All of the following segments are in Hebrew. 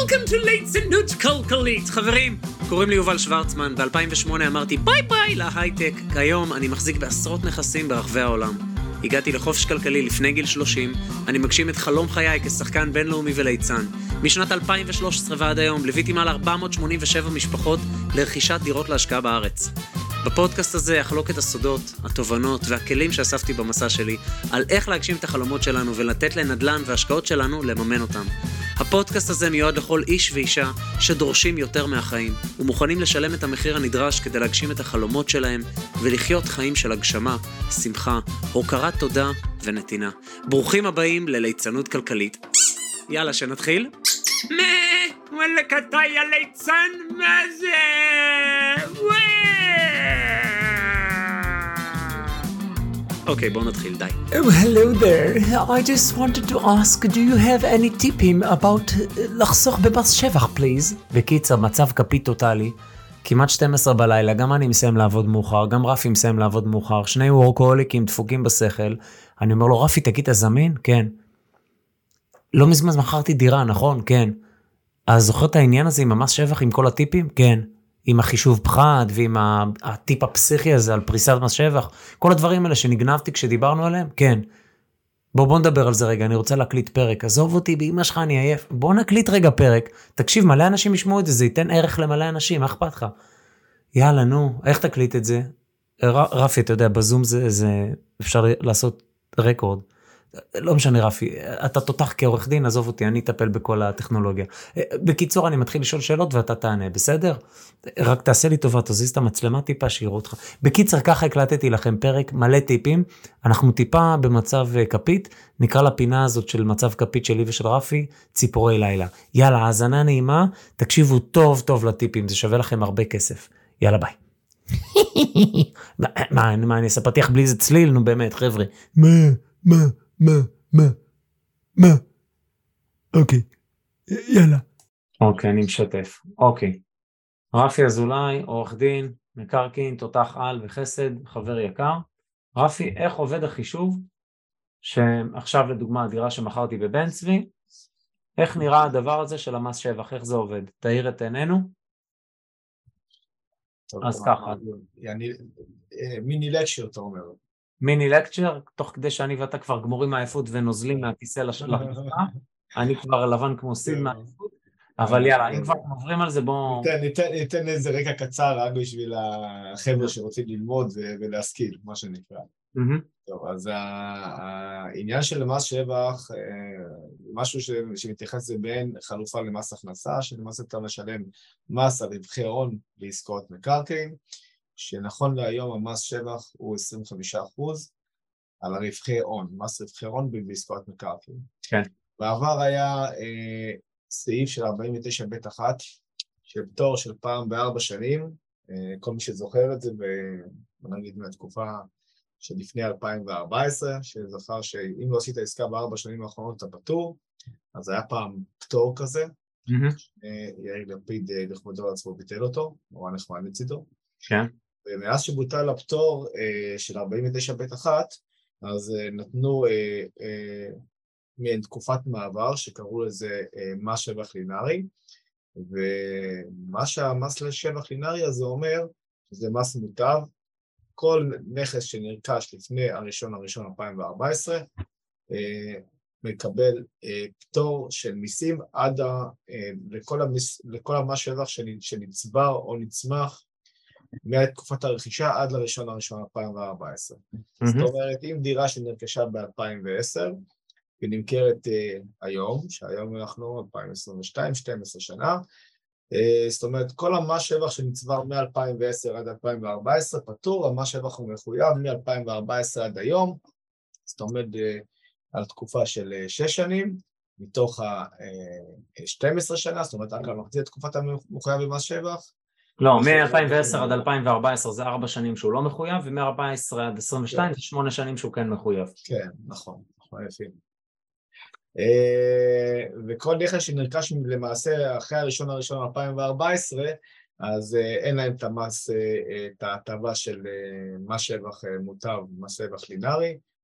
Welcome to ליצנות כלכלית. חברים, קוראים לי יובל שוורצמן. ב-2008 אמרתי ביי ביי להייטק. כיום אני מחזיק בעשרות נכסים ברחבי העולם. הגעתי לחופש כלכלי לפני גיל 30. אני מגשים את חלום חיי כשחקן בינלאומי וליצן. משנת 2013 ועד היום ליוויתי מעל 487 משפחות לרכישת דירות להשקעה בארץ. בפודקאסט הזה אחלוק את הסודות, התובנות והכלים שאספתי במסע שלי על איך להגשים את החלומות שלנו ולתת לנדל"ן והשקעות שלנו לממן אותם. הפודקאסט הזה מיועד לכל איש ואישה שדורשים יותר מהחיים ומוכנים לשלם את המחיר הנדרש כדי להגשים את החלומות שלהם ולחיות חיים של הגשמה, שמחה, הוקרת תודה ונתינה. ברוכים הבאים לליצנות כלכלית. יאללה, שנתחיל? וואלה קטעי הליצן, מה זה? אוקיי, בואו נתחיל, די. Oh, hello there. I just wanted to ask, do you have any tipping about לחסוך במס שבח, please? בקיצר, מצב כפי טוטלי. כמעט 12 בלילה, גם אני מסיים לעבוד מאוחר, גם רפי מסיים לעבוד מאוחר, שני וורקוהוליקים דפוקים בשכל. אני אומר לו, רפי, תגיד, אתה זמין? כן. לא מזמן מכרתי דירה, נכון? כן. אז זוכר את העניין הזה עם המס שבח, עם כל הטיפים? כן. עם החישוב פחד ועם הטיפ הפסיכי הזה על פריסת מס שבח, כל הדברים האלה שנגנבתי כשדיברנו עליהם, כן. בוא נדבר על זה רגע, אני רוצה להקליט פרק, עזוב אותי באמא שלך, אני עייף, בוא נקליט רגע פרק, תקשיב, מלא אנשים ישמעו את זה, זה ייתן ערך למלא אנשים, מה אכפת לך? יאללה, נו, איך תקליט את זה? רפי, אתה יודע, בזום זה אפשר לעשות רקורד. לא משנה רפי, אתה תותח כעורך דין, עזוב אותי, אני אטפל בכל הטכנולוגיה. בקיצור, אני מתחיל לשאול שאלות ואתה תענה, בסדר? רק תעשה לי טובה, תזיז את המצלמה טיפה, שיראו אותך. בקיצר, ככה הקלטתי לכם פרק מלא טיפים, אנחנו טיפה במצב כפית, נקרא לפינה הזאת של מצב כפית שלי ושל רפי, ציפורי לילה. יאללה, האזנה נעימה, תקשיבו טוב טוב לטיפים, זה שווה לכם הרבה כסף. יאללה, ביי. מה, אני אעשה פתיח בלי איזה צליל? נו באמת, חבר'ה. מה? אוקיי, יאללה. אוקיי, אני משתף. אוקיי. רפי אזולאי, עורך דין, מקרקעין, תותח על וחסד, חבר יקר. רפי, איך עובד החישוב שעכשיו לדוגמה הדירה שמכרתי בבן צבי, איך נראה הדבר הזה של המס שבח, איך זה עובד? תאיר את עינינו. אז ככה. מיני לקצ'ר, אתה אומר. מיני לקצ'ר, תוך כדי שאני ואתה כבר גמורים מהעייפות ונוזלים מהכיסא לשלח, אני כבר לבן כמו סיד מהעייפות, אבל יאללה, אם כבר עוברים על זה, בואו... ניתן איזה רקע קצר רק בשביל החבר'ה שרוצים ללמוד ולהשכיל, מה שנקרא. טוב, אז העניין של מס שבח, משהו שמתייחס זה בין חלופה למס הכנסה, שלמעשה אתה משלם מס על רווחי הון בעסקאות מקרקעין, שנכון להיום המס שבח הוא 25% על הרווחי הון, מס רווחי הון בעסקאות מקרקעין. כן. בעבר היה סעיף של 49(ב)(1, של פטור של פעם ב4 שנים, כל מי שזוכר את זה, ונגיד מהתקופה שלפני 2014, שזכר שאם לא עשית עסקה ב4 שנים האחרונות אתה פטור, אז היה פעם פטור כזה, יאיר לפיד לכבודו לעצמו ביטל אותו, נורא נחמד לצידו. כן. ומאז שבוטל הפטור של 49(ב)(1, אז נתנו מעין תקופת מעבר שקראו לזה מס שבח לינארי, ומה שהמס לשבח לינארי הזה אומר, זה מס מוטב, כל נכס שנרכש לפני הראשון 2014, מקבל פטור של מיסים עד לכל המס שבח שנצבר או נצמח, מתקופת הרכישה עד לראשון 2014. זאת אומרת, אם דירה שנרכשה ב-2010, ונמכרת היום, שהיום אנחנו 2022, 12 שנה, זאת אומרת, כל המס שבח שנצבר מ-2010 עד 2014 פטור, המס שבח הוא מחויב מ-2014 עד היום, זאת אומרת, על תקופה של 6 שנים, מתוך ה-12 שנה, זאת אומרת, רק על מחצית תקופת המחויב במס שבח, לא, מ-2010 עד 2014 זה 4 שנים שהוא לא מחויב, ומ-2014 עד 2022 זה 8 שנים שהוא כן מחויב. כן, נכון, יפה. וכל נכס שנרכש למעשה אחרי הראשון 2014, אז אין להם את ההטבה של מס שבח מוטב, מס שבח לינארי,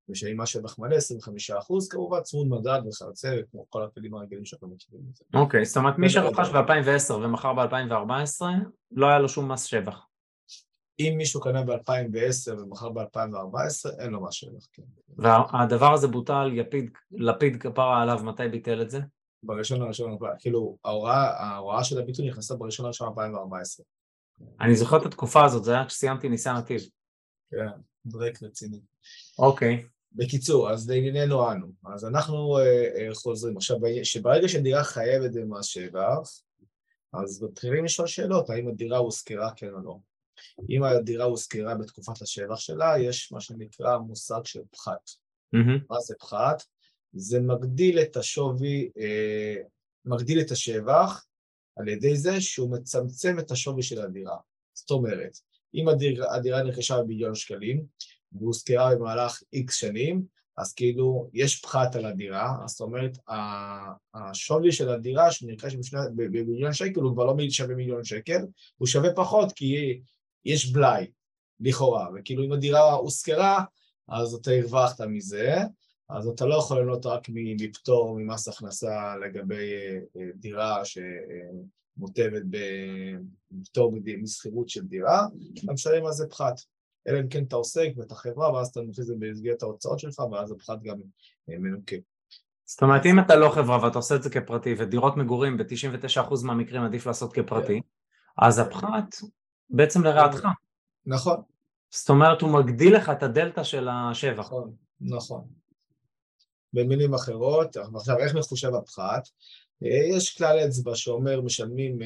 ושאם מה שבח מלא 25%, כמובן צמוד מדד וכיוצא, כמו כל הכלים הרגילים שאתם מכירים את זה. אוקיי, זאת אומרת, מי שרכש ב-2010 ומכר ב-2014, לא היה לו שום מס שבח. אם מישהו קנה ב-2010 ומכר ב-2014, אין לו מס שבח, כן. והדבר הזה בוטל, לפיד כפרה עליו, מתי ביטל את זה? בראשון, כאילו, ההוראה של הביטול נכנסה בראשון 2014. אני זוכר את התקופה הזאת, זה היה כשסיימתי ניסן נתיב. כן, דרק רציני. אוקיי. בקיצור, אז לענייננו אנו. אז אנחנו חוזרים. עכשיו, שברגע שדירה חייבת במס שבח, אז מתחילים לשאול שאלות, האם הדירה הושכרה כן או לא. אם הדירה הושכרה בתקופת השבח שלה, יש מה שנקרא מושג של פחת. מה זה פחת? זה מגדיל את השווי, מגדיל את השבח, על ידי זה שהוא מצמצם את השווי של הדירה. זאת אומרת, אם הדירה נרכשה במיליון שקלים, והושכרה במהלך X שנים, אז כאילו יש פחת על הדירה, זאת אומרת, השווי של הדירה שנרכש במיליון שקל, הוא כבר לא שווה מיליון שקל, הוא שווה פחות כי יש בלאי, לכאורה, וכאילו אם הדירה הושכרה, אז אתה הרווחת מזה, אז אתה לא יכול ליהנות רק מפטור ממס הכנסה לגבי דירה שמוטבת בפטור משכירות של דירה, אתה משלם על זה פחת. אלא אם כן אתה עוסק ואתה חברה, ואז אתה נותן את זה במסגרת ההוצאות שלך, ואז הפחת גם מנוקה. זאת אומרת, אם אתה לא חברה ואתה עושה את זה כפרטי, ודירות מגורים ב-99% מהמקרים עדיף לעשות כפרטי, אז הפחת בעצם לרעתך. נכון. זאת אומרת, הוא מגדיל לך את הדלטה של השבח. נכון. במילים אחרות, עכשיו איך מחושב הפחת? יש כלל אצבע שאומר משלמים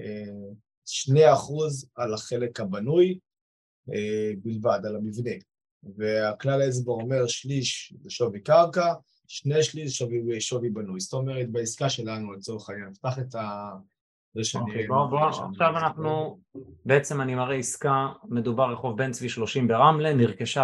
2% על החלק הבנוי בלבד, על המבנה. והכלל אצבע אומר שליש זה שווי קרקע, 2/3 זה שווי בנוי. זאת אומרת, בעסקה שלנו לצורך העניין, נפתח את אוקיי, בוא, עכשיו אנחנו, בעצם אני מראה עסקה, מדובר רחוב בן צבי 30 ברמלה, נרכשה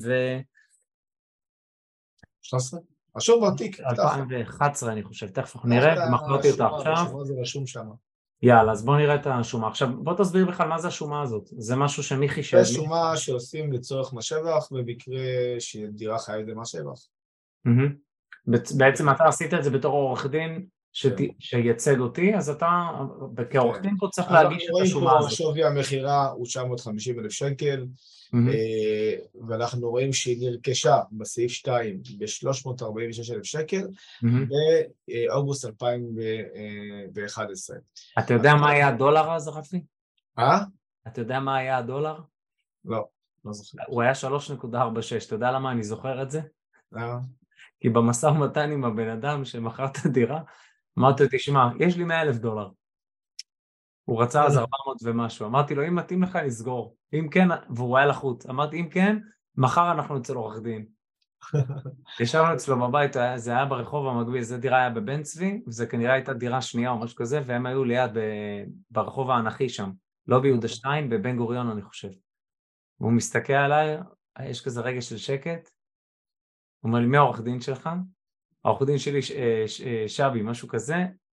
2013? השור ותיק. 2011 אני חושב, תכף אנחנו נראה, מכרתי אותה עכשיו. השומה זה רשום שם. יאללה, אז בוא נראה את השומה. עכשיו בוא תסביר בכלל מה זה השומה הזאת. זה משהו שמי חישב? זה שומה שעושים לצורך מס שבח, במקרה שדירה חייבת במס שבח. בעצם אתה עשית את זה בתור עורך דין שייצג אותי, אז אתה כעורך דין פה צריך להגיש את השומה הזאת. שווי המחירה הוא 950,000 שקל, ואנחנו רואים שהיא נרכשה בסעיף 2 ב-346,000 שקל, באוגוסט 2011. אתה יודע מה היה הדולר אז, רפי? אתה יודע מה היה הדולר? לא זוכר. הוא היה 3.46, אתה יודע למה אני זוכר את זה? כי במשא ומתן עם הבן אדם שמכר את הדירה, אמרתי לו, תשמע, יש לי $100,000. הוא רצה אז 400 ומשהו. אמרתי לו, אם מתאים לך נסגור. אם כן, והוא היה לחוץ. אמרתי, אם כן, מחר אנחנו אצל עורך דין. ישבנו אצלו בבית, זה היה ברחוב המקביל, זה דירה היה בבן צבי, וזה כנראה הייתה דירה שנייה או משהו כזה, והם היו ליד ברחוב האנכי שם, לא ביהודה 2, בבן גוריון אני חושב. והוא מסתכל עליי, יש כזה רגע של שקט, הוא אומר לי, מי העורך דין שלך? העורך דין שלי שבי, משהו כזה,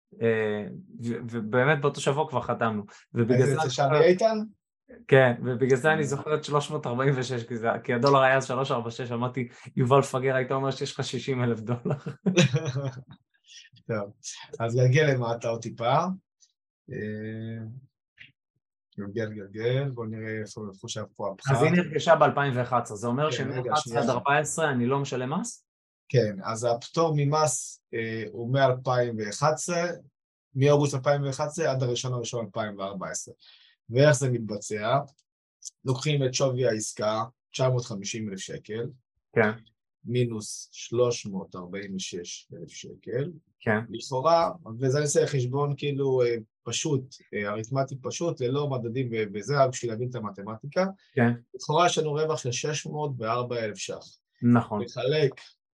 ובאמת באותו שבוע כבר חתמנו. איזה שבי איתן? כן, ובגלל זה אני זוכר את 346, כי הדולר היה 346, אמרתי, יובל פגר, היית אומר שיש לך $60,000. טוב, אז גלגל למטה עוד טיפה. גלגל, בואו נראה איפה חושב פה הפחת. אז היא נרכשה ב-2011, זה אומר שמ-2011 עד 2014 אני לא משלם מס? כן, אז הפטור ממס הוא מ-2011, מאוגוסט 2011 עד הראשון 2014. ואיך זה מתבצע? לוקחים את שווי העסקה, 950,000 שקל, כן. מינוס 346,000 שקל, כן. לכאורה, וזה נעשה חשבון כאילו פשוט, אריתמטי פשוט, ללא מדדים, וזה רק בשביל להבין את המתמטיקה. כן. לכאורה יש לנו רווח של 604,000 ש"ח. נכון. לחלק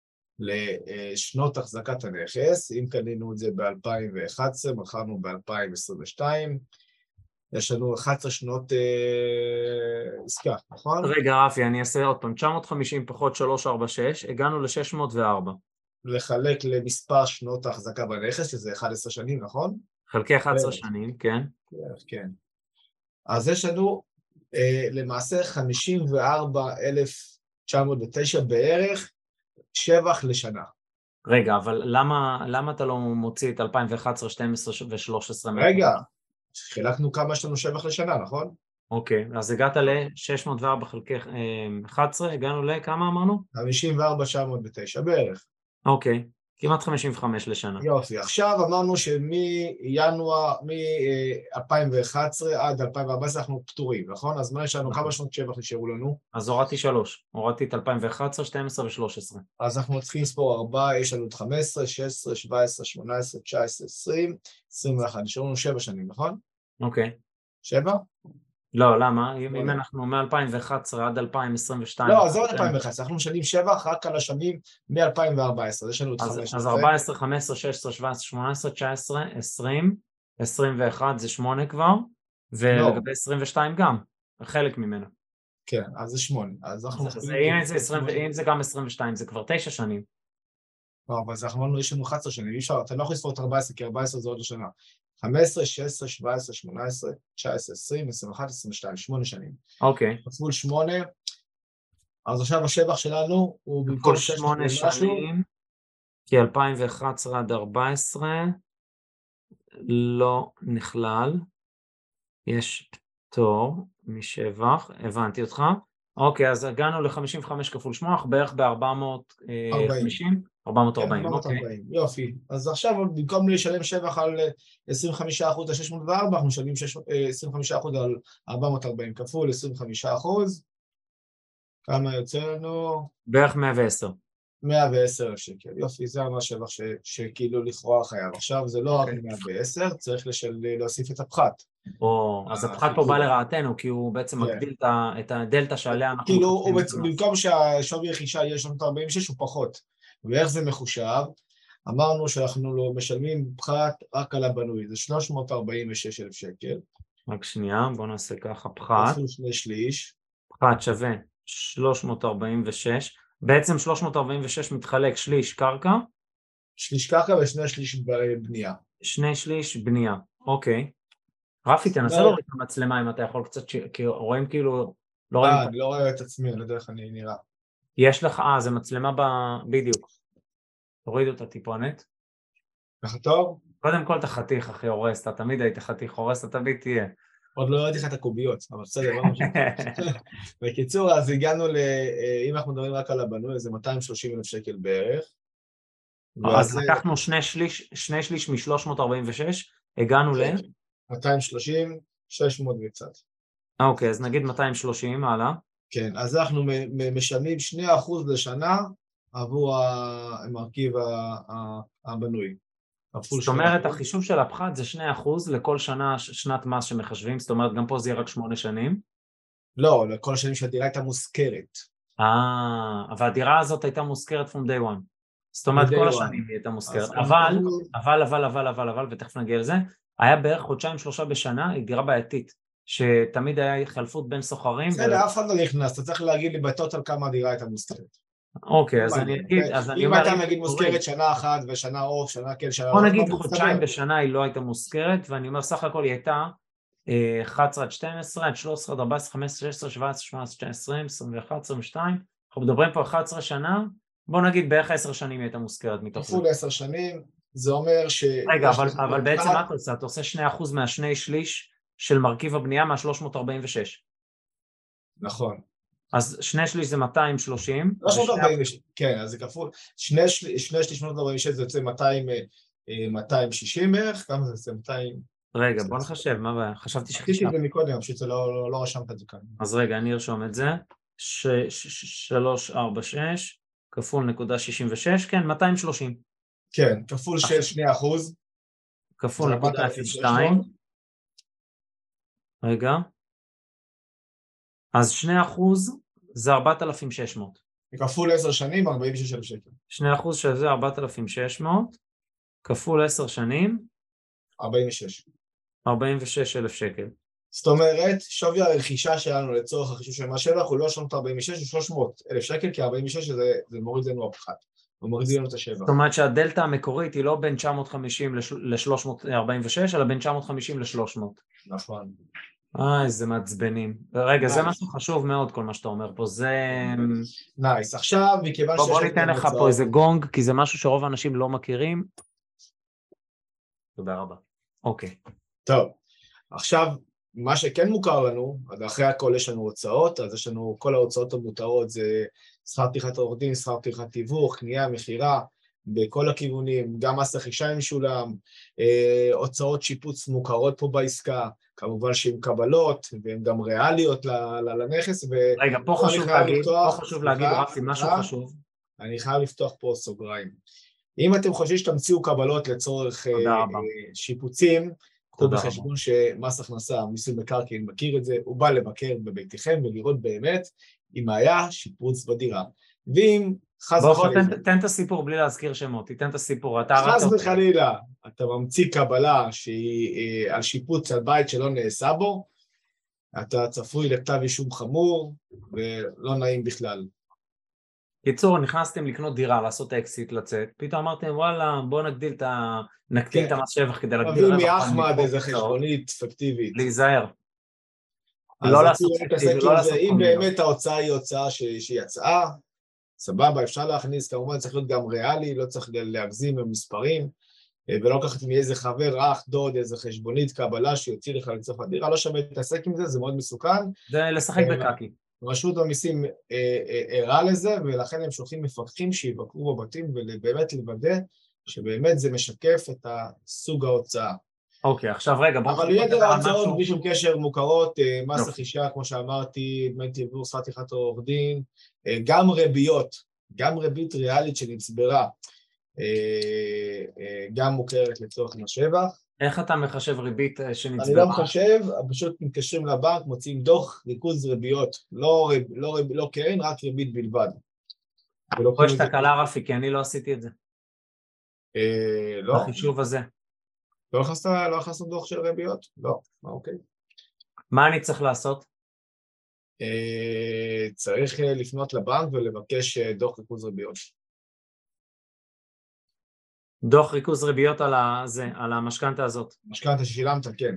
לשנות החזקת הנכס, אם קנינו את זה ב-2011, מכרנו ב-2022, יש לנו 11 שנות עסקה, נכון? רגע רפי, אני אעשה עוד פעם, 950 פחות 346, הגענו ל-604. לחלק למספר שנות ההחזקה בנכס, שזה 11 שנים, נכון? חלקי 11 שנים, כן. כן. אז יש לנו למעשה 54,909 בערך שבח לשנה. רגע, אבל למה אתה לא מוציא את 2011, 12 ו-13? רגע, חילקנו כמה יש לנו שבח לשנה, נכון? אוקיי, אז הגעת ל-604 חלקי 11, הגענו לכמה אמרנו? 54,909 בערך. אוקיי, כמעט 55 לשנה. יופי, עכשיו אמרנו שמינואר, מ-2011 עד 2014 אנחנו פטורים, נכון? אז מה יש לנו? כמה שנות שבח נשארו לנו? אז הורדתי 3, הורדתי את 2011, 12 ו-13. אז אנחנו צריכים לספור 4, יש לנו את 15, 16, 17, 18, 19, 20, 21, נשארו לנו 7 שנים, נכון? אוקיי. 7? לא, למה? אם אנחנו מ-2011 עד 2022... לא, עזוב את 2011, אנחנו משנים שבח רק על השנים מ-2014, יש לנו את 15. אז 14, 15, 16, 17, 18, 19, 20, 21 זה 8 כבר, ולגבי 22 גם, חלק ממנו. כן, אז זה 8. אם זה גם 22, זה כבר 9 שנים. לא, אבל אנחנו אמרנו, יש לנו 11 שנים, אי אפשר, אתה לא יכול לספור את 14, כי 14 זה עוד לשנה. 15, 16, 17, 18, 19, 20, 21, 22, 8 שנים. אוקיי. כפול 8, אז עכשיו השבח שלנו הוא במקום כפול 8 שנים, כי 2011 עד 14 לא נכלל, יש פטור משבח, הבנתי אותך. אוקיי, אז הגענו ל-55 כפול 8, בערך ב-450? 440, אוקיי. יופי. אז עכשיו במקום לשלם שבח על 25% על 604, אנחנו משלמים 25% על 440 כפול 25%. כמה יוצא לנו? בערך 110. 110,000 שקל. יופי, זה מה שבח שכאילו לכאורה חייב. עכשיו זה לא רק 110, צריך להוסיף את הפחת. אז הפחת פה בא לרעתנו, כי הוא בעצם מגדיל את הדלטה שעליה אנחנו... כאילו, במקום שהשווי רכישה יש לנו את 46, הוא פחות. ואיך זה מחושב? אמרנו שאנחנו לא משלמים פחת רק על הבנוי, זה 346,000 שקל. רק שנייה, בואו נעשה ככה, פחת. כפול 2/3. פחת שווה 346, בעצם 346 מתחלק שליש קרקע. שליש קרקע ו2/3 בנייה. 2/3 בנייה, אוקיי. רפי, תנסה להוריד את המצלמה אם אתה יכול קצת, כי רואים כאילו... אני לא רואה את עצמי, אני לא יודע איך אני נראה. יש לך, זה מצלמה בדיוק. תוריד אותה טיפונת. ככה טוב? קודם כל אתה חתיך, אחי, הורס, אתה תמיד היית חתיך, הורס, אתה תמיד תהיה. עוד לא ראיתי לך את הקוביות, אבל בסדר, לא משהו. בקיצור, אז הגענו אם אנחנו מדברים רק על הבנוי, אז זה 230,000 שקל בערך. אז לקחנו 2/3 מ-346, הגענו ל... 230, 600 וקצת. אוקיי, אז נגיד 230, הלאה. כן, אז אנחנו משלמים 2% לשנה עבור המרכיב הבנוי. זאת אומרת, החישוב של הפחת זה 2% לכל שנת מס שמחשבים, זאת אומרת, גם פה זה יהיה רק 8 שנים. לא, לכל השנים שהדירה הייתה מוזכרת. אבל הדירה הזאת הייתה מוזכרת from day one. זאת אומרת, כל השנים היא הייתה מוזכרת. אבל, ותכף נגיע לזה, היה בערך 2-3 בשנה, היא דירה בעייתית, שתמיד היה חלפות בין סוחרים. בסדר, אף אחד לא נכנס, אתה צריך להגיד לי בטוטל כמה הדירה הייתה מוזכרת. אוקיי, אז אני אגיד... אם הייתה נגיד מוזכרת שנה אחת ושנה אוף, שנה כן, שנה... בוא נגיד חודשיים בשנה היא לא הייתה מוזכרת, ואני אומר סך הכל היא הייתה 11 עד 12, עד 13, עד 14, 15, 16, 17, 18, 19, 20, 21, 22, אנחנו מדברים פה 11 שנה, בוא נגיד בערך 10 שנים היא הייתה מוזכרת מתוך זה. כפול 10 שנים, זה אומר ש... רגע, אבל בעצם מה אתה עושה? אתה עושה 2% מה2/3 של מרכיב הבנייה מה-346. נכון. אז 2/3 זה 230. 346, כן, אז זה כפול. 2/3 זה יוצא 260 בערך, כמה זה יוצא? 200... רגע, בוא נחשב, מה בעיה? חשבתי שחשב. חשבתי את זה מקודם, פשוט לא רשמת את זה כאן. אז רגע, אני ארשום את זה. 346 כפול 0.66, כן, 230. כן, כפול של 2%. כפול 0.02. רגע. אז 2% זה 4,600. כפול 10 שנים, 46,000 שקל. 2% שזה 4,600, כפול 10 שנים. 46,000 שקל. זאת אומרת, שווי הרכישה שלנו לצורך החישוב של מה שבח הוא לא 346, הוא 300,000 שקל, כי 46 זה מוריד לנו הפחת. הוא מוריד לנו את השבח. זאת אומרת שהדלטה המקורית היא לא בין 950 ל-346, אלא בין 950 ל-300. נכון. איזה מעצבנים. רגע, זה משהו חשוב מאוד, כל מה שאתה אומר פה, זה... נייס, עכשיו, מכיוון בוא ניתן לך פה איזה גונג, כי זה משהו שרוב האנשים לא מכירים. תודה רבה. אוקיי. טוב, עכשיו, מה שכן מוכר לנו, אחרי הכל יש לנו הוצאות, אז יש לנו כל ההוצאות המותרות, זה שכר טרחת עורך דין, שכר טרחת תיווך, קנייה, מכירה, בכל הכיוונים, גם מס רכישה משולם, הוצאות שיפוץ מוכרות פה בעסקה, כמובן שהן קבלות, והן גם ריאליות לנכס. רגע, פה חשוב להגיד, רפי, משהו חשוב. אני חייב לפתוח פה סוגריים. אם אתם חושבים שתמציאו קבלות לצורך שיפוצים, קחו בחשבון שמס הכנסה, מיסוי מקרקעין מכיר את זה, הוא בא לבקר בביתכם ולראות באמת אם היה שיפוץ בדירה. ואם חס וחלילה... בוא, תן את הסיפור בלי להזכיר שמות, תיתן את הסיפור. חס וחלילה, אתה ממציא קבלה שהיא על שיפוץ על בית שלא נעשה בו, אתה צפוי לכתב אישום חמור ולא נעים בכלל. קיצור, נכנסתם לקנות דירה, לעשות אקסיט, לצאת, פתאום אמרתם, וואלה, בואו נקטין את המס שבח כדי להגדיל רווח. מביא מאחמד איזה חשבונית פקטיבית. להיזהר. לא לעשות פקטיבי, לא לעשות אם באמת ההוצאה היא הוצאה שיצאה, סבבה, אפשר להכניס, כמובן צריך להיות גם ריאלי, לא צריך להגזים במספרים, ולא לקחת מאיזה חבר, אח, דוד, איזה חשבונית, קבלה שיוציא לך לצורך הדירה, לא שווה להתעסק עם זה, זה מאוד מסוכן. זה לשחק בקקי. רשות המיסים ערה לזה, ולכן הם שולחים מפקחים שיבקרו בבתים, ובאמת לוודא שבאמת זה משקף את הסוג ההוצאה. אוקיי, עכשיו רגע, אבל יתר ההוצאות בלי שום קשר מוכרות, מס רכישה, כמו שאמרתי, דמי תיווך, שכר טרחת עורך דין, גם ריביות, גם ריבית ריאלית שנצברה, גם מוכרת לצורך מס שבח. איך אתה מחשב ריבית שנצברה? אני לא מחשב, פשוט מתקשרים לבנק, מוצאים דוח ריכוז ריביות, לא קרן, רק ריבית בלבד. פה יש תקלה רפי, כי אני לא עשיתי את זה. לא. החישוב הזה. לא הכנסנו דוח של ריביות? לא, אוקיי. מה אני צריך לעשות? צריך לפנות לבנק ולבקש דוח ריכוז ריביות. דוח ריכוז ריביות על המשכנתה הזאת. משכנתה ששילמת, כן.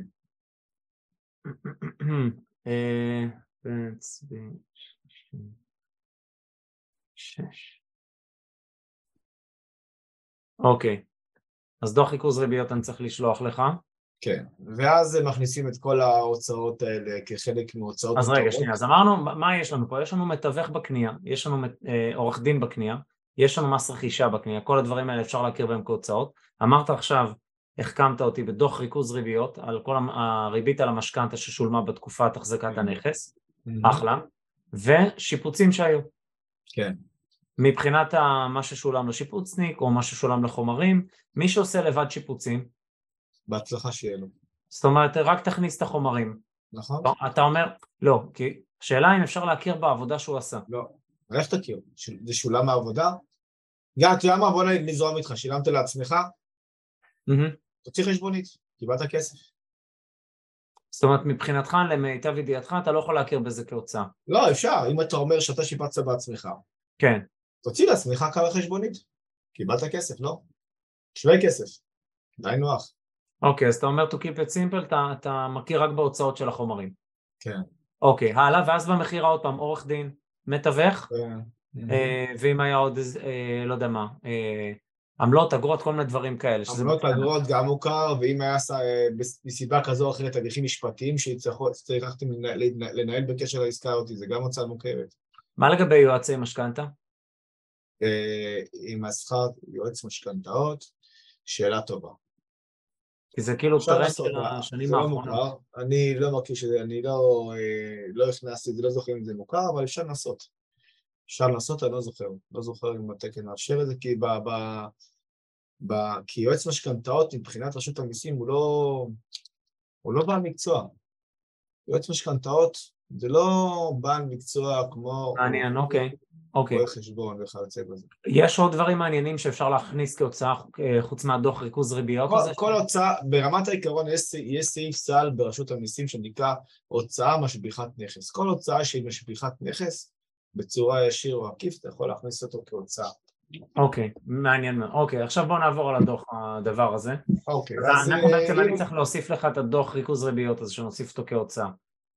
אוקיי. אז דוח ריכוז ריביות אני צריך לשלוח לך. כן, ואז מכניסים את כל ההוצאות האלה כחלק מהוצאות. אז רגע, שנייה, אז אמרנו, מה יש לנו פה? יש לנו מתווך בקנייה, יש לנו עורך דין בקנייה, יש לנו מס רכישה בקנייה, כל הדברים האלה אפשר להכיר בהם כהוצאות. אמרת עכשיו, החכמת אותי בדוח ריכוז ריביות, על כל הריבית על המשכנתה ששולמה בתקופת החזקת הנכס, אחלה, ושיפוצים שהיו. כן. מבחינת מה ששולם לשיפוצניק, או מה ששולם לחומרים, מי שעושה לבד שיפוצים, בהצלחה שיהיה לו. זאת אומרת, רק תכניס את החומרים. נכון. אתה אומר, לא, כי שאלה אם אפשר להכיר בעבודה שהוא עשה. לא, איך תכיר? זה שולם מהעבודה? גם, אתה יודע מה, בוא נזרום איתך, שילמת לעצמך? תוציא חשבונית, קיבלת כסף. זאת אומרת, מבחינתך, למיטב ידיעתך, אתה לא יכול להכיר בזה כהוצאה. לא, אפשר, אם אתה אומר שאתה שיפצת בעצמך. כן. תוציא לעצמך כמה חשבונית, קיבלת כסף, לא? שווה כסף, די נוח. אוקיי, אז אתה אומר to keep it simple, אתה מכיר רק בהוצאות של החומרים. כן. אוקיי, הלאה, ואז במחיר עוד פעם, עורך דין, מתווך, ואם היה עוד, לא יודע מה, עמלות, אגרות, כל מיני דברים כאלה. עמלות, אגרות, גם מוכר, ואם היה מסיבה כזו או אחרת, הליכים משפטיים שצריכתם לנהל בקשר לעסקה אותי, זה גם הוצאה מוכרת. מה לגבי יועצי משכנתה? עם השכר יועץ משכנתאות, שאלה טובה. כי זה כאילו טרנד של השנים האחרונות. אני לא מכיר שזה, אני לא הכנסתי, לא זוכר אם זה מוכר, אבל אפשר לנסות. אפשר לנסות, אני לא זוכר אם התקן מאפשר את זה, כי יועץ משכנתאות מבחינת רשות המיסים הוא לא בעל מקצוע. יועץ משכנתאות זה לא בעל מקצוע כמו... מעניין, אוקיי. רואה חשבון וכיוצא בזה. יש עוד דברים מעניינים שאפשר להכניס כהוצאה חוץ מהדוח ריכוז ריביות הזה? כל הוצאה, ברמת העיקרון יש סעיף סל ברשות המיסים שנקרא הוצאה משביחת נכס. כל הוצאה שהיא משביחת נכס, בצורה ישיר או עקיף, אתה יכול להכניס אותו כהוצאה. אוקיי, מעניין מאוד. אוקיי, עכשיו בוא נעבור על הדוח הדבר הזה. אוקיי. אנחנו בעצם אני צריך להוסיף לך את הדוח ריכוז ריביות הזה, שנוסיף אותו כהוצאה.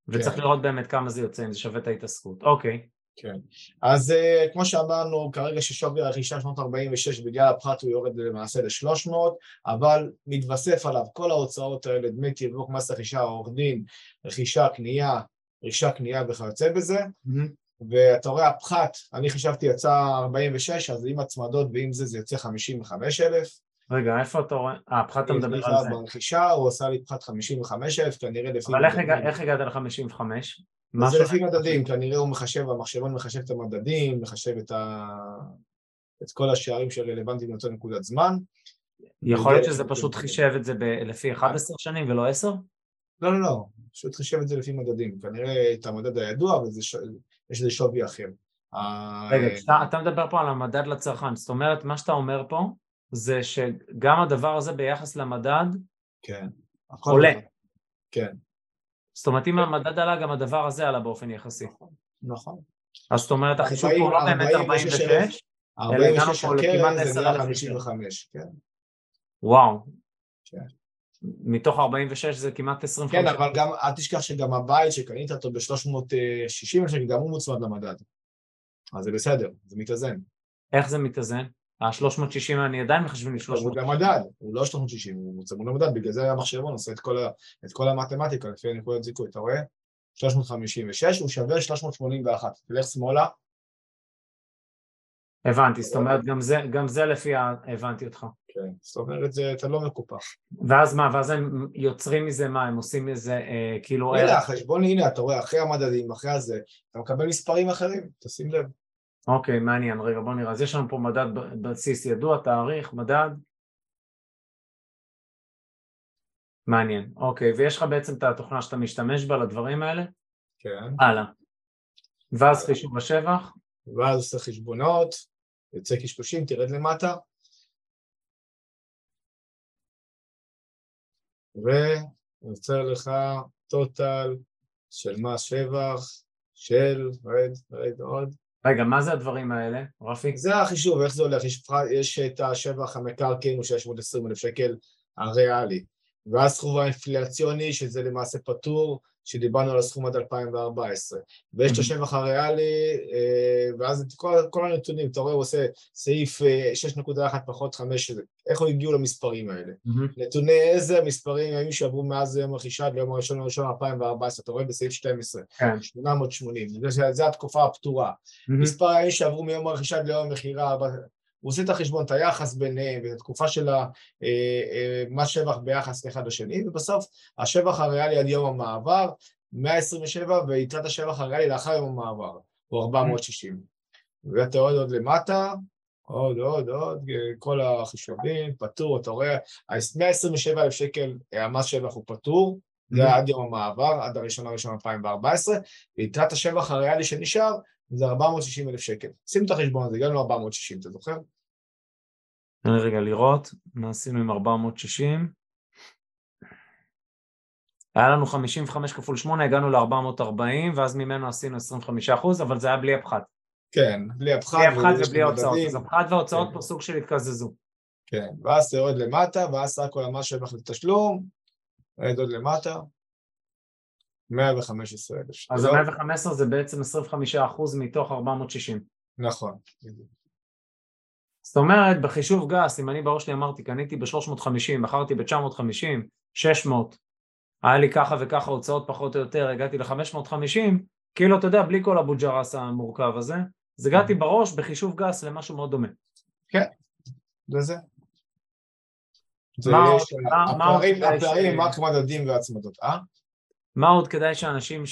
וצריך לראות באמת כמה זה יוצא, אם זה שווה את ההתעסקות. אוקיי. כן. אז כמו שאמרנו, כרגע ששווי הרכישה 346 בגלל הפחת הוא יורד למעשה ל-300, אבל מתווסף עליו כל ההוצאות האלה, דמי תיווך, מס רכישה, עורך דין, רכישה, קנייה וכיוצא בזה, ואתה רואה הפחת, אני חישבתי יצא 46, אז עם הצמדות ועם זה יוצא 55,000. רגע, איפה אתה רואה? הפחת אתה מדבר על זה. ברכישה, הוא עשה לי פחת 55,000, כנראה לפי... אבל איך הגעת ל-55? זה לפי מדדים, כנראה הוא מחשב, המחשבון מחשב את המדדים, מחשב את כל השערים שרלוונטיים לאותה נקודת זמן. יכול להיות שזה פשוט חישב את זה לפי 11 שנים ולא 10? לא, פשוט חישב את זה לפי מדדים, כנראה את המדד הידוע, ויש לזה שווי אחר. רגע, אתה מדבר פה על המדד לצרכן, זאת אומרת, מה שאתה אומר פה, זה שגם הדבר הזה ביחס למדד, כן. עולה. כן. זאת אומרת, אם המדד עלה, גם הדבר הזה עלה באופן יחסי. נכון. אז זאת אומרת, החישוב פה לא באמת 46, אלא הגענו פה לכמעט 10,000. כן. וואו. כן. מתוך 46 זה כמעט 25. כן, אבל גם, אל תשכח שגם הבית שקנית אותו ב-360, גם הוא מוצמד למדד. אז זה בסדר, זה מתאזן. איך זה מתאזן? ה-360 אני עדיין מחשבים לי 300. הוא למדד, הוא לא 360, הוא צמוד למדד, בגלל זה המחשבון עושה את כל המתמטיקה לפי הנקודות זיכוי, אתה רואה? 356, הוא שווה 381, תלך שמאלה. הבנתי, זאת אומרת, גם זה לפי הבנתי אותך. כן, זאת אומרת, אתה לא מקופח. ואז מה, ואז הם יוצרים מזה מה, הם עושים מזה כאילו... הנה, החשבון, הנה, אתה רואה, אחרי המדדים, אחרי הזה, אתה מקבל מספרים אחרים, תשים לב. אוקיי, מעניין, רגע, בוא נראה, אז יש לנו פה מדד בסיס ידוע, תאריך, מדד. מעניין, אוקיי, ויש לך בעצם את התוכנה שאתה משתמש בה לדברים האלה? כן. הלאה. ואז חישוב השבח? ואז עושה חשבונות, יוצא קשקושים, תרד למטה. ויוצר לך טוטל של מס שבח, של, רד עוד. רגע, מה זה הדברים האלה, רפי? זה החישוב, איך זה הולך? יש את השבח המקרקעין הוא 620,000 שקל הריאלי, ואז סכום האינפלציוני, שזה למעשה פטור, שדיברנו על הסכום עד 2014, ויש את השבח הריאלי, ואז כל הנתונים, אתה רואה, הוא עושה סעיף 6.1 פחות 5, איך הוא הגיעו למספרים האלה? נתוני איזה מספרים היו שעברו מאז יום הרכישה ליום הראשון 2014, אתה רואה בסעיף 12, 880, זה התקופה הפטורה. מספר היו שעברו מיום הרכישה ליום המכירה, הוא עושה את החשבון, את היחס ביניהם, ואת התקופה של מס שבח ביחס לאחד לשני, ובסוף השבח הריאלי עד יום המעבר, 127, ויתרת השבח הריאלי לאחר יום המעבר, הוא 460. ואתה עוד למטה, עוד, כל החישובים, פטור, אתה רואה, 127,000 שקל, המס שבח הוא פטור, זה עד יום המעבר, עד הראשון 2014, ויתרת השבח הריאלי שנשאר, זה 460,000 שקל. שים את החשבון הזה, הגענו ל-460, אתה זוכר? רגע, לראות, נעשינו עם 460. היה לנו 55 כפול 8, הגענו ל-440, ואז ממנו עשינו 25%, אבל זה היה בלי הפחת. כן, בלי הפחת. בלי הפחת ובלי ההוצאות. אז הפחת וההוצאות פה סוג של התקזזו. כן, ואז זה יורד למטה, ואז רק כל המס שבח לתשלום, יורד עוד למטה. 115,000. אז ה-115 זה בעצם 25% מתוך 460. נכון. זאת אומרת, בחישוב גס, אם אני בראש לי אמרתי, קניתי ב-350, מכרתי ב-950, 600, היה לי ככה וככה הוצאות פחות או יותר, הגעתי ל-550, כאילו אתה יודע, בלי כל הבוג'רס המורכב הזה, אז הגעתי בראש בחישוב גס למשהו מאוד דומה. כן, זה. הפערים, רק מדדים והצמדות, מה עוד כדאי שאנשים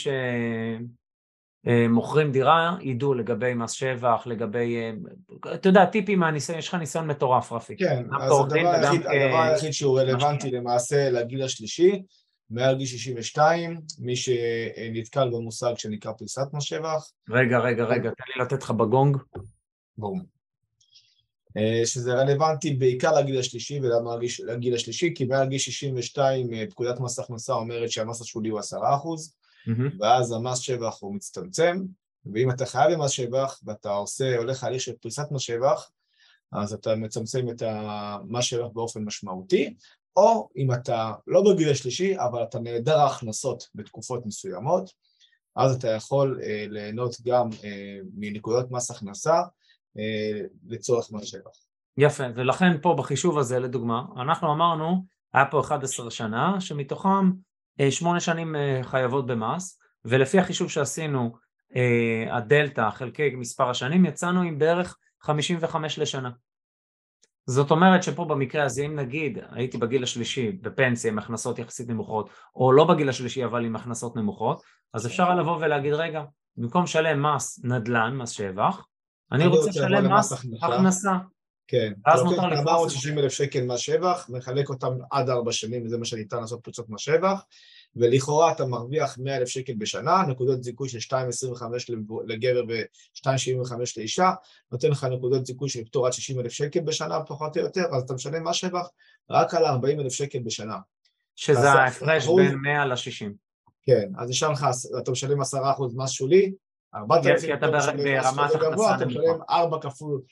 שמוכרים דירה ידעו לגבי מס שבח, לגבי, אתה יודע, טיפים מהניסיון, יש לך ניסיון מטורף, רפי. כן, אז הדבר היחיד שהוא רלוונטי למעשה לגיל השלישי, מעל גיל 62, מי שנתקל במושג שנקרא פריסת מס שבח. רגע, תן לי לתת לך בגונג. בום. שזה רלוונטי בעיקר לגיל השלישי, ולמה לגיל השלישי? כי מעל גיל 62 פקודת מס הכנסה אומרת שהמס השולי הוא 10%, ואז המס שבח הוא מצטמצם, ואם אתה חייב במס שבח, ואתה הולך להליך של פריסת מס שבח, אז אתה מצמצם את המס שבח באופן משמעותי, או אם אתה לא בגיל השלישי, אבל אתה נעדר הכנסות בתקופות מסוימות, אז אתה יכול ליהנות גם מנקודות מס הכנסה לצורך מס שבח. יפה, ולכן פה בחישוב הזה, לדוגמה, אנחנו אמרנו, היה פה 11 שנה, שמתוכם 8 שנים חייבות במס, ולפי החישוב שעשינו, הדלטה חלקי מספר השנים, יצאנו עם בערך 55 לשנה. זאת אומרת שפה במקרה הזה, אם נגיד, הייתי בגיל השלישי בפנסיה עם הכנסות יחסית נמוכות, או לא בגיל השלישי אבל עם הכנסות נמוכות, אז אפשר לבוא ולהגיד, רגע, במקום שלם מס נדל"ן, מס שבח, אני רוצה לשלם מס הכנסה. כן, אז נותר לי 460,000 שקל מס שבח, מחלק אותם עד 4 שנים, וזה מה שניתן לעשות פריצות מס שבח, ולכאורה אתה מרוויח 100,000 שקל בשנה, נקודות זיכוי של 2.25 לגבר ו-2.75 לאישה, נותן לך נקודות זיכוי של פטור עד 60,000 שקל בשנה, פחות או יותר, אז אתה משלם מס שבח רק על 40,000 שקל בשנה. שזה ההפרש בין 100 ל-60. כן, אז נשאר לך, אתה משלם 10% מס שולי, 4,000 כי אתה ברמת הכנסה נמוכה.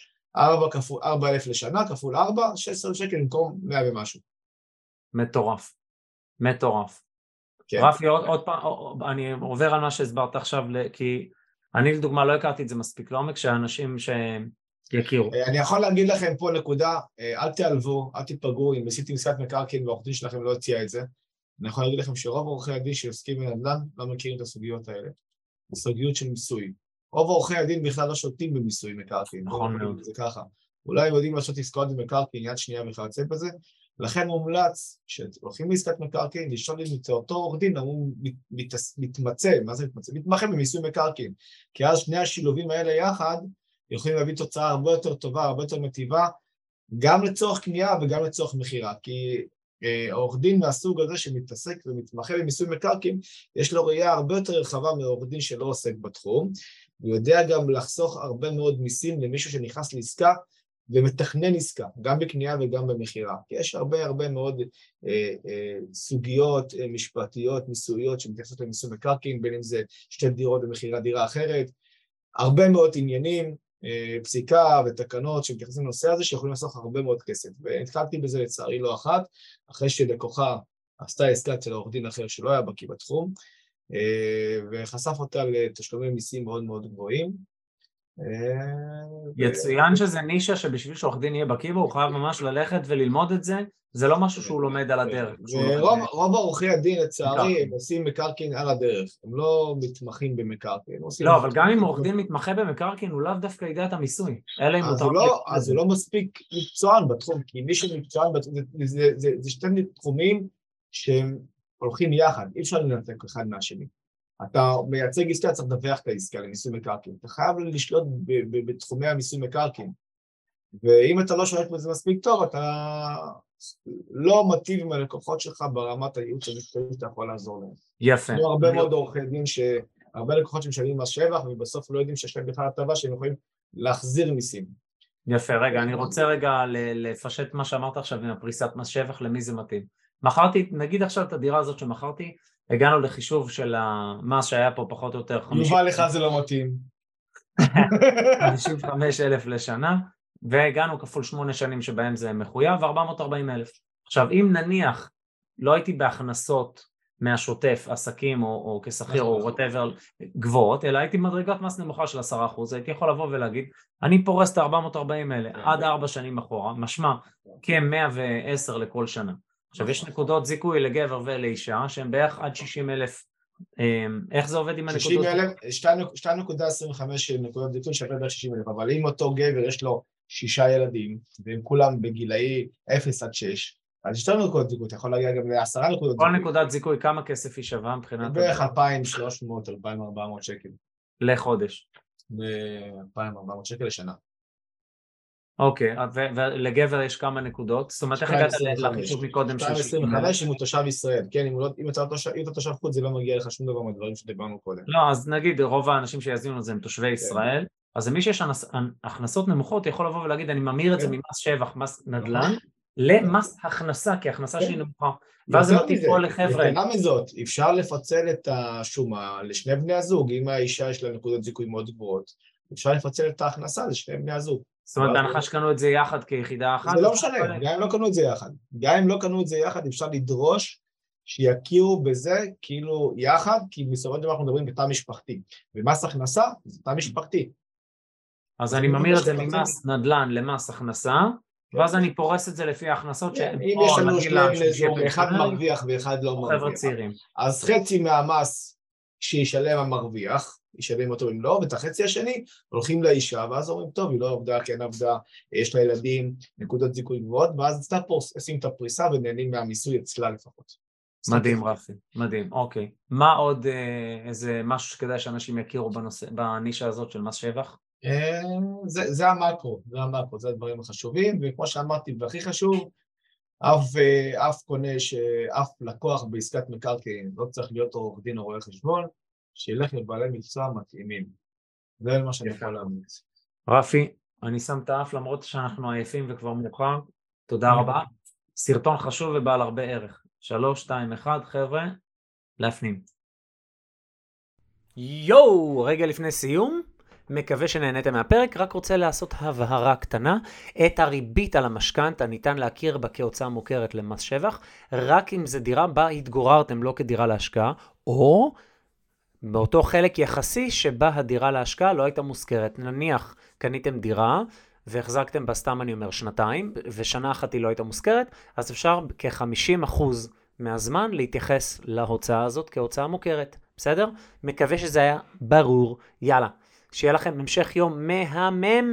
4,000 לשנה, כפול 4, 16 שקל במקום 100 ומשהו. מטורף, מטורף. כן. רפי, עוד פעם, אני עובר על מה שהסברת עכשיו, כי אני לדוגמה לא הכרתי את זה מספיק לעומק, שאנשים שיכירו. אני יכול להגיד לכם פה נקודה, אל תיעלבו, אל תיפגעו, אם עשיתם עסקת מקרקעין והעורך דין שלכם לא הציע את זה, אני יכול להגיד לכם שרוב עורכי הדין שעוסקים בנדל"ן לא מכירים את הסוגיות האלה. הסוגיות של מיסוי. רוב עורכי הדין בכלל לא שותים במיסוי מקרקעין. נכון מאוד. זה ככה. אולי הם יודעים לעשות עסקאות במקרקעין יד שנייה וכיוצא בזה, לכן מומלץ שהולכים לעסקת מקרקעין, לשאול אם אותו עורך דין הוא מתמצא, מה זה מתמצא? מתמחה במיסוי מקרקעין, כי אז שני השילובים האלה יחד יכולים להביא תוצאה הרבה יותר טובה, הרבה יותר מטיבה, גם לצורך קנייה וגם לצורך מחירה, כי עורך דין מהסוג הזה שמתעסק ומתמחה במיסוי מקרקעין, יש לו ראייה הרבה יותר רחבה מעורך דין שלא עוסק בתחום, הוא יודע גם לחסוך הרבה מאוד מיסים למישהו שנכנס לעסקה, ומתכנן עסקה, גם בקנייה וגם במחירה. כי יש הרבה מאוד סוגיות משפטיות, מיסויות, שמתייחסות למיסוי מקרקעין, בין אם זה שתי דירות במחירה דירה אחרת, הרבה מאוד עניינים, פסיקה ותקנות שמתייחסים לנושא הזה, שיכולים לחסוך הרבה מאוד כסף. והתחלתי בזה לצערי לא אחת, אחרי שלקוחה עשתה עסקה אצל עורך דין אחר שלא היה בקיא בתחום, וחשף אותה לתשלומי מיסים מאוד מאוד גבוהים. יצוין שזה נישה שבשביל שעורך דין יהיה בקיא בו, הוא חייב ממש ללכת וללמוד את זה, זה לא משהו שהוא לומד על הדרך. רוב עורכי הדין לצערי הם עושים מקרקעין על הדרך, הם לא מתמחים במקרקעין. לא, אבל גם אם עורך דין מתמחה במקרקעין, הוא לאו דווקא ידע את המיסוי. אז זה לא מספיק מקצוען בתחום, כי מי שמקצוען בתחום, זה שתי תחומים שהם הולכים יחד, אי אפשר לנתק אחד מהשני. אתה מייצג עסקה, צריך לדווח את העסקה למיסוי מקרקעין. אתה חייב לשלוט בתחומי המיסוי מקרקעין. ואם אתה לא שולט בזה מספיק טוב, אתה לא מטיב עם הלקוחות שלך ברמת הייעוץ המקצועי שאתה יכול לעזור להם. יפה. יש הרבה מאוד עורכי דין, הרבה לקוחות שמשלמים מס שבח, ובסוף לא יודעים שיש להם בכלל הטבה שהם יכולים להחזיר מיסים. יפה, רגע, אני רוצה רגע לפשט מה שאמרת עכשיו עם הפריסת מס שבח, למי זה מתאים. מכרתי, נגיד עכשיו את הדירה הזאת שמכרתי, הגענו לחישוב של המס שהיה פה פחות או יותר 50... יובל לך זה לא מתאים. 55,000 לשנה, והגענו כפול 8 שנים שבהם זה מחויב, 440,000. עכשיו, אם נניח לא הייתי בהכנסות מהשוטף, עסקים או כשכיר או whatever גבוהות, אלא הייתי מדרגת מס נמוכה של 10%, הייתי יכול לבוא ולהגיד, אני פורס את 440 האלה עד 4 שנים אחורה, משמע כ-110 לכל שנה. עכשיו יש נקודות זיכוי לגבר ולאישה שהם בערך עד 60,000, איך זה עובד עם הנקודות? 2.25 נקודות זיכוי שווה בערך 60,000, אבל אם אותו גבר יש לו 6 ילדים, והם כולם בגילאי 0 עד 6, אז יש 2 נקודות זיכוי, אתה יכול להגיע גם ל10 נקודות זיכוי. כל נקודת זיכוי, כמה כסף היא שווה מבחינת? בערך 2,300, 2,400 שקל. לחודש. ב-2,400 שקל לשנה. אוקיי, ולגבר יש כמה נקודות? זאת אומרת, איך הגעת לחישוב מקודם? 225 אם הוא תושב ישראל, כן, אם אתה תושב חוץ זה לא מגיע לך שום דבר מהדברים שדיברנו קודם. לא, אז נגיד רוב האנשים שיזינו לזה הם תושבי ישראל, אז מי שיש הכנסות נמוכות יכול לבוא ולהגיד אני ממיר את זה ממס שבח, מס נדל"ן, למס הכנסה, כי הכנסה שהיא נמוכה, ואז זה מתאים פה לחבר'ה. יתרה מזאת, אפשר לפצל את השומה לשני בני הזוג, אם האישה יש לה נקודות זיכוי מאוד גבוהות, אפשר לפצל את ההכנסה לשני בני הזוג. זאת אומרת, בהנחה שקנו את זה יחד כיחידה אחת? זה לא משנה, גם אם לא קנו את זה יחד. גם אם לא קנו את זה יחד, אפשר לדרוש שיכירו בזה כאילו יחד, כי בסופו של דבר אנחנו מדברים בתא משפחתי. ומס הכנסה זה תא משפחתי. אז אני ממיר את זה ממס נדל"ן למס הכנסה, ואז אני פורס את זה לפי ההכנסות שהם... אם יש לנו שני אחד מרוויח ואחד לא מרוויח. אז חצי מהמס שישלם המרוויח, ישלם אותו אם לא, ואת החצי השני הולכים לאישה, ואז אומרים, טוב, היא לא עבדה, כן עבדה, יש לה ילדים, נקודות זיכוי גבוהות, ואז אצלה פה עושים את הפריסה ונהנים מהמיסוי אצלה לפחות. מדהים, רפי, מדהים, אוקיי. מה עוד איזה משהו שכדאי שאנשים יכירו בנישה הזאת של מס שבח? זה המקרו, זה הדברים החשובים, וכמו שאמרתי, והכי חשוב, אף קונה, אף לקוח בעסקת מקרקעין, לא צריך להיות עורך דין או רואה חשבון, שילך לבעלי מקצוע מתאימים. זה מה שאני יכול להמליץ. רפי, אני שם את האף למרות שאנחנו עייפים וכבר מאוחר. תודה רבה. סרטון חשוב ובעל הרבה ערך. 3, 2, 1, חבר'ה, להפנים. יואו, רגע לפני סיום. מקווה שנהניתם מהפרק, רק רוצה לעשות הבהרה קטנה. את הריבית על המשכנתא ניתן להכיר בה כהוצאה מוכרת למס שבח, רק אם זה דירה בה התגוררתם לא כדירה להשקעה, או באותו חלק יחסי שבה הדירה להשקעה לא הייתה מוזכרת. נניח קניתם דירה והחזקתם בה, סתם אני אומר, שנתיים, ושנה אחת היא לא הייתה מוזכרת, אז אפשר כ-50% מהזמן להתייחס להוצאה הזאת כהוצאה מוכרת. בסדר? מקווה שזה היה ברור. יאללה. שיהיה לכם המשך יום מהמם.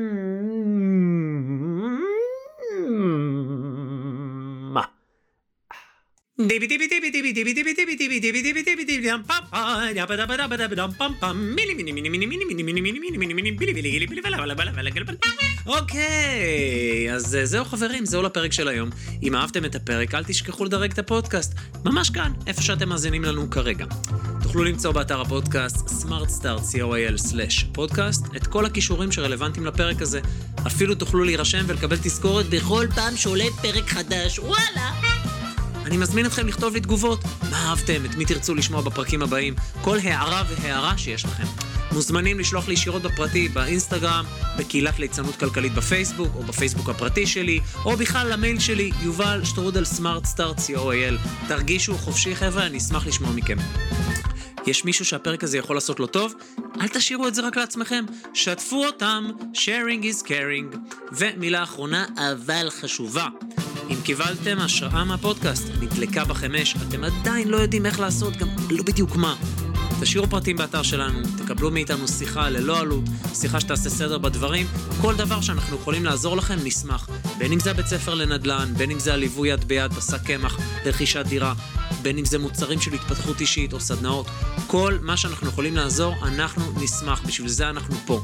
אוקיי, אז זהו חברים, זהו לפרק של היום. אם אהבתם את הפרק, אל תשכחו לדרג את הפודקאסט, ממש כאן, איפה שאתם מאזינים לנו כרגע. תוכלו למצוא באתר הפודקאסט smartstart.co.il/podcast את כל הכישורים שרלוונטיים לפרק הזה. אפילו תוכלו להירשם ולקבל תזכורת בכל פעם שעולה פרק חדש. וואלה! אני מזמין אתכם לכתוב לי תגובות, מה אהבתם, את מי תרצו לשמוע בפרקים הבאים, כל הערה והערה שיש לכם. מוזמנים לשלוח לי ישירות בפרטי, באינסטגרם, בקהילת ליצנות כלכלית בפייסבוק, או בפייסבוק הפרטי שלי, או בכלל למייל שלי, yuval@smartstart.co.il. תרגישו חופשי חבר'ה, אני אשמח לשמוע מכם. יש מישהו שהפרק הזה יכול לעשות לו טוב? אל תשאירו את זה רק לעצמכם, שתפו אותם, sharing is caring. ומילה אחרונה, אבל חשובה. אם קיבלתם השראה מהפודקאסט, נדלקה ב5, אתם עדיין לא יודעים איך לעשות, גם לא בדיוק מה. תשאירו פרטים באתר שלנו, תקבלו מאיתנו שיחה ללא עלות, שיחה שתעשה סדר בדברים, כל דבר שאנחנו יכולים לעזור לכם נשמח. בין אם זה הבית ספר לנדל"ן, בין אם זה הליווי יד ביד, בשק קמח, לרכישת דירה, בין אם זה מוצרים של התפתחות אישית או סדנאות, כל מה שאנחנו יכולים לעזור, אנחנו נשמח, בשביל זה אנחנו פה.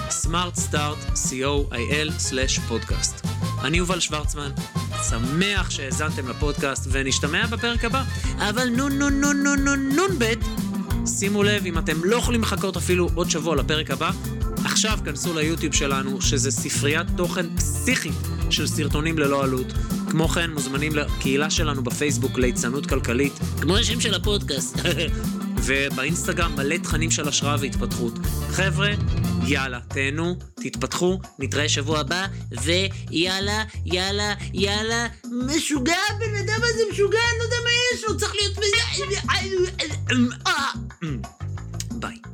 smartstart.co.il/podcast. אני יובל שוורצמן, שמח שהאזנתם לפודקאסט ונשתמע בפרק הבא. אבל נון בית, שימו לב, אם אתם לא יכולים לחכות אפילו עוד שבוע לפרק הבא, עכשיו כנסו ליוטיוב שלנו, שזה ספריית תוכן פסיכית של סרטונים ללא עלות. כמו כן, מוזמנים לקהילה שלנו בפייסבוק ליצנות כלכלית, כמו השם של הפודקאסט. ובאינסטגרם מלא תכנים של השראה והתפתחות. חבר'ה, יאללה, תהנו, תתפתחו, נתראה שבוע הבא, ויאללה, יאללה, יאללה, משוגע, בן אדם הזה משוגע, אני לא יודע מה יש לו, צריך להיות... ביי.